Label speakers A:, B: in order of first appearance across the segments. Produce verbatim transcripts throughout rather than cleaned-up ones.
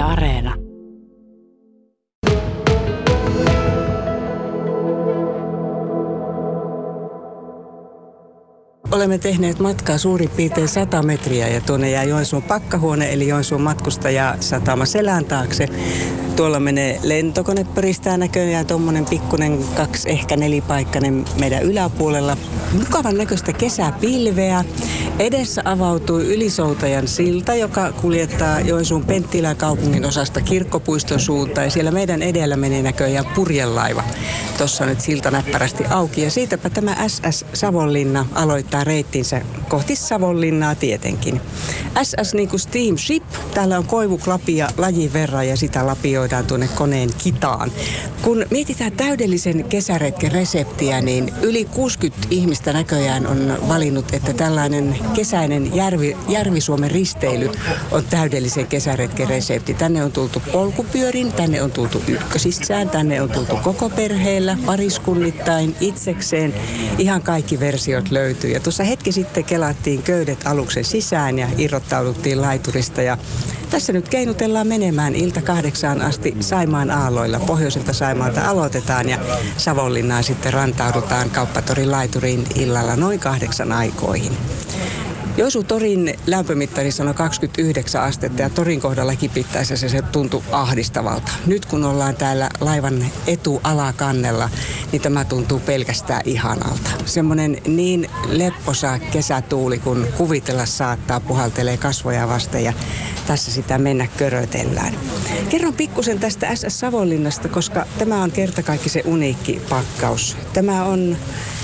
A: Areena.
B: Olemme tehneet matkaa suurin piirtein sata metriä ja tuonne jää Joensuun pakkahuone eli Joensuun matkustajasatama selän taakse. Tuolla menee lentokone, pöristää näköjään tuommoinen pikkunen kaksi ehkä nelipaikkainen meidän yläpuolella. Mukavan näköistä kesäpilveä. Edessä avautuu Ylisoutajan silta, joka kuljettaa Joensuun Penttilän kaupungin osasta Kirkkopuiston suuntaan. Ja siellä meidän edellä menee näköjään purjelaiva. Tuossa on nyt silta näppärästi auki ja siitäpä tämä S S Savonlinna aloittaa reittinsä kohti Savonlinnaa tietenkin. S S niin kuin Steamship, täällä on koivuklapia lajin verran ja sitä lapioidaan tuonne koneen kitaan. Kun mietitään täydellisen kesäretken reseptiä, niin yli kuusikymmentä ihmistä näköjään on valinnut, että tällainen kesäinen järvi, Järvi-Suomen risteily on täydellisen kesäretken resepti. Tänne on tultu polkupyörin, tänne on tultu ykkösissään, tänne on tultu koko perheellä, pariskunnittain, itsekseen. Ihan kaikki versiot löytyy. Ja tuossa hetki sitten kelattiin köydet aluksen sisään ja irrottauduttiin laiturista. Ja tässä nyt keinutellaan menemään ilta kahdeksaan asti Saimaan aalloilla. Pohjoiselta Saimaalta aloitetaan ja Savonlinnaan sitten rantaudutaan Kauppatorin laituriin illalla noin kahdeksan aikoihin. Joensuun torin lämpömittari sanoi kaksikymmentäyhdeksän astetta ja torin kohdalla kipittäessä se, se tuntui ahdistavalta. Nyt kun ollaan täällä laivan etualakannella, niin tämä tuntuu pelkästään ihanalta. Semmoinen niin lepposa kesätuuli, kun kuvitella saattaa, puhaltelee kasvoja vasten ja tässä sitä mennä körötellään. Kerron pikkusen tästä S S Savonlinnasta, koska tämä on kertakaikkisen uniikki pakkaus. Tämä on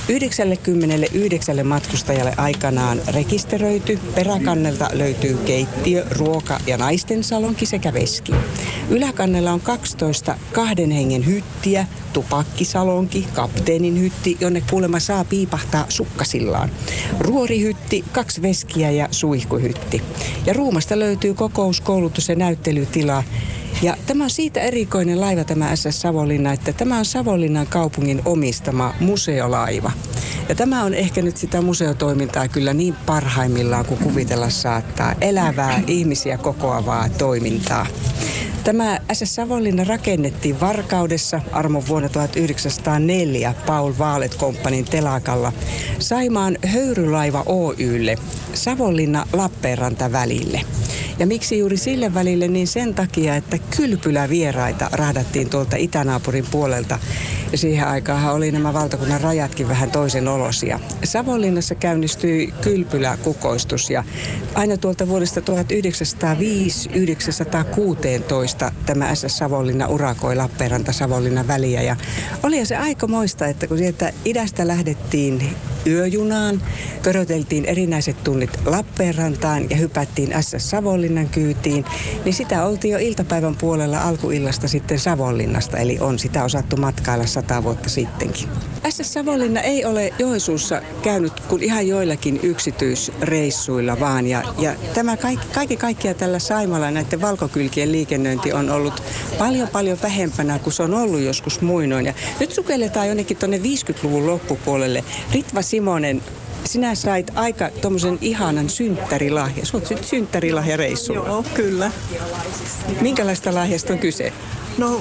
B: yhdeksänkymmentäyhdeksän matkustajalle aikanaan rekisteröity. Peräkannelta löytyy keittiö, ruoka ja naisten salonki sekä veski. Yläkannella on kaksitoista kahden hengen hyttiä, tupakkisalonki, kapteenin hytti, jonne kuulemma saa piipahtaa sukkasillaan. Ruorihytti, kaksi veskiä ja suihkuhytti. Ja ruumasta löytyy kokous, koulutus ja näyttelytila. Ja tämä on siitä erikoinen laiva tämä S S Savonlinna, että tämä on Savonlinnan kaupungin omistama museolaiva. Ja tämä on ehkä nyt sitä museotoimintaa kyllä niin parhaimmillaan kuin kuvitella saattaa. Elävää, ihmisiä kokoavaa toimintaa. Tämä S S Savonlinna rakennettiin Varkaudessa armon vuonna tuhatyhdeksänsataaneljä Paul Valet Companyn telakalla Saimaan Höyrylaiva Oy:lle Savonlinna Lappeenranta välille. Ja miksi juuri sille välille, niin sen takia, että kylpylävieraita rahdattiin tuolta itänaapurin puolelta. Ja siihen aikaan oli nämä valtakunnan rajatkin vähän toisen olosia. Savonlinnassa käynnistyi kylpyläkukoistus ja aina tuolta vuodesta tuhatyhdeksänsataaviisi yhdeksänsataakuusitoista tämä S S Savonlinna urakoi Lappeenranta-Savonlinnan väliä. Ja oli se aikamoista, että kun sieltä idästä lähdettiin yöjunaan, köröteltiin erinäiset tunnit Lappeenrantaan ja hypättiin S S Savonlinnan kyytiin, niin sitä oltiin jo iltapäivän puolella alkuillasta sitten Savonlinnasta, eli on sitä osattu matkailla sata vuotta sittenkin. S S Savonlinna ei ole Joensuussa käynyt kuin ihan joillakin yksityisreissuilla vaan, ja, ja tämä kaikki, kaikki kaikkia tällä Saimalla näiden valkokylkien liikennöinti on ollut paljon paljon vähempänä kuin se on ollut joskus muinoin. Ja nyt sukelletaan jonnekin tuonne viisikymmentäluvun loppupuolelle. Ritva Simonen, sinä sait aika tommosen ihanan synttärilahja. Sä oot sy- synttärilahjareissulla.
C: Joo, kyllä.
B: Minkälaista lahjasta on kyse?
C: No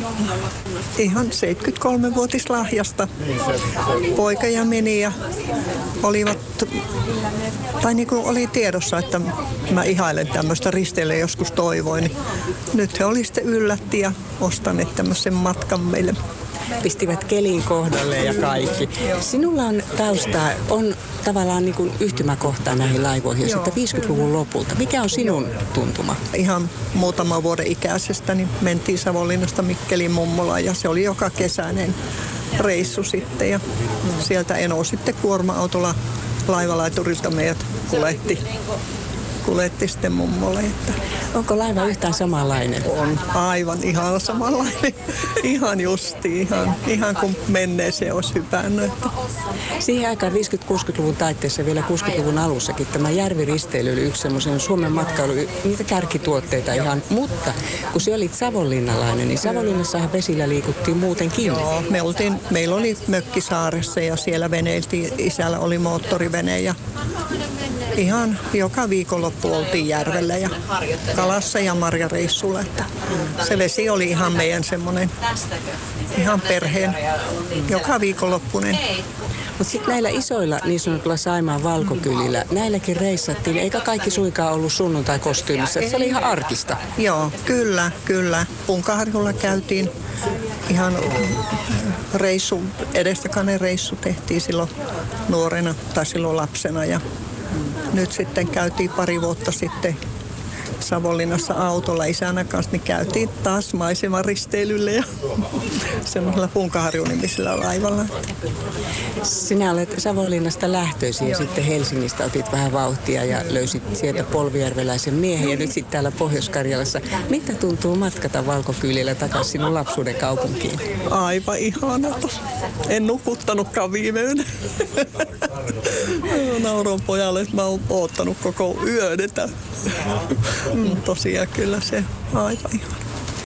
C: ihan seitsemänkymmentäkolmevuotislahjasta. Poika ja meni ja olivat, tai niin kuin oli tiedossa, että mä ihailen tämmöistä risteille joskus toivoin. Niin nyt he oli sitten yllätti ja ostaneet tämmöisen matkan meille.
B: Pistivät kelin kohdalle ja kaikki. Sinulla on taustaa, on tavallaan niin kuin yhtymäkohta näihin laivoihin, jos että viisikymmentäluvun lopulta. Mikä on sinun tuntuma?
C: Ihan muutama vuoden ikäisestä niin mentiin Savonlinnasta Mikkelin mummolaan ja se oli joka kesäinen reissu sitten. Ja sieltä Eno sitten kuorma-autolla laivalaiturilta meidät kuljetti. kuljetti sitten mummolle. Että
B: onko laiva yhtään samanlainen?
C: On aivan ihan samanlainen. Ihan justi, ihan, ihan kuin menneeseen olisi hypännyt.
B: Siihen aikaan viisikymmentä-kuusikymmentäluvun taitteessa vielä kuusikymmentäluvun alussakin tämä järviristeily oli yksi semmoisen Suomen matkailu, niitä kärkituotteita ihan. Mutta kun sinä olit savonlinnalainen, niin Savonlinnassahan vesillä liikuttiin muutenkin.
C: Joo, me oltiin, meillä oli mökki saaressa ja siellä veneiltiin. Isällä oli moottorivene ja ihan joka viikonloppu oltiin järvellä ja kalassa ja marjareissulla. Että se vesi oli ihan meidän semmoinen ihan perheen joka viikonloppuinen.
B: Mutta sitten näillä isoilla niin sanotulla Saimaan valkokylillä, näilläkin reissattiin, eikä kaikki suinkaan ollut sunnuntai-kostyymissä, se oli ihan arkista.
C: Joo, kyllä, kyllä. Punkaharjulla käytiin ihan reissu, edestakainen reissu tehtiin silloin nuorena tai silloin lapsena ja nyt sitten käytiin pari vuotta sitten Savonlinnassa autolla isänä kanssa, niin käytiin taas maisemaristeilylle ja semmoisella Punkaharju-nimisellä laivalla.
B: Sinä olet Savonlinnasta lähtöisin ja sitten Helsingistä otit vähän vauhtia ja löysit sieltä polvijärveläisen miehen ja nyt sitten täällä Pohjois-Karjalassa. Mitä tuntuu matkata valkokylillä takaisin sinun lapsuuden kaupunkiin?
C: Aivan ihanaa. En nukuttanutkaan viime yönä. Nauroin pojalle, että mä oon oottanut koko yön. Että... Mm, tosiaan kyllä se aivan ihana.